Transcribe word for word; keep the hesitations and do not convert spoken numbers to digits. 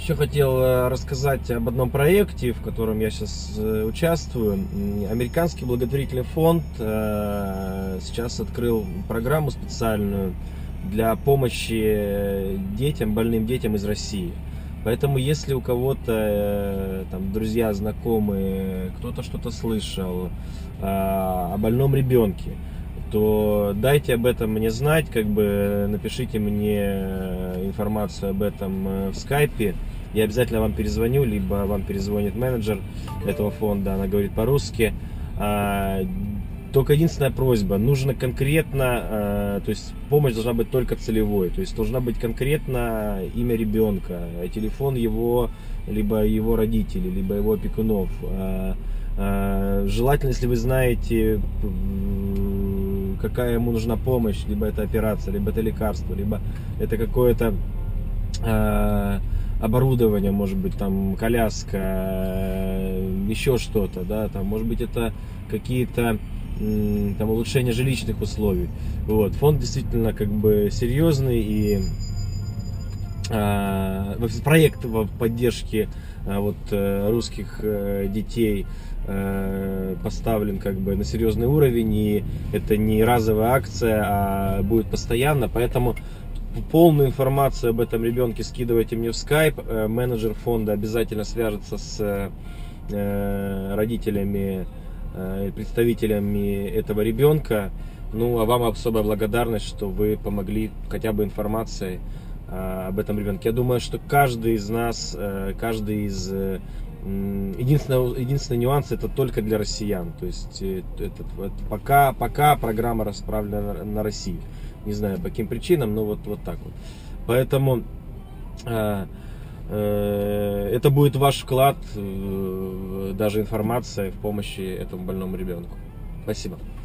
Еще хотел э, рассказать об одном проекте, в котором я сейчас э, участвую. Американский благотворительный фонд э, сейчас открыл программу специальную для помощи детям, больным детям из России. Поэтому, если у кого-то, э, там, друзья, знакомые, кто-то что-то слышал э, о больном ребенке, то дайте об этом мне знать, как бы напишите мне информацию об этом в скайпе. Я обязательно вам перезвоню, либо вам перезвонит менеджер этого фонда, она говорит по-русски. Только единственная просьба, нужно конкретно, то есть помощь должна быть только целевой, то есть должна быть конкретно имя ребенка, телефон его, либо его родителей, либо его опекунов. Желательно, если вы знаете, какая ему нужна помощь, либо это операция, либо это лекарство, либо это какое-то э, оборудование, может быть, там коляска, э, еще что-то, да, там, может быть, это какие-то э, там улучшения жилищных условий. Вот. Фонд действительно как бы серьезный, и э, проект по поддержке э, вот, э, русских э, детей поставлен как бы на серьезный уровень, и это не разовая акция, а будет постоянно, поэтому полную информацию об этом ребенке скидывайте мне в скайп, менеджер фонда обязательно свяжется с родителями, представителями этого ребенка. Ну, а вам особая благодарность, что вы помогли хотя бы информацией об этом ребенке. Я думаю, что каждый из нас, каждый из Единственный, единственный нюанс, это только для россиян. То есть это, это, пока, пока программа расправлена на, на Россию. Не знаю по каким причинам, но вот, вот так вот. Поэтому э, э, это будет ваш вклад, э, даже информация в помощи этому больному ребенку. Спасибо.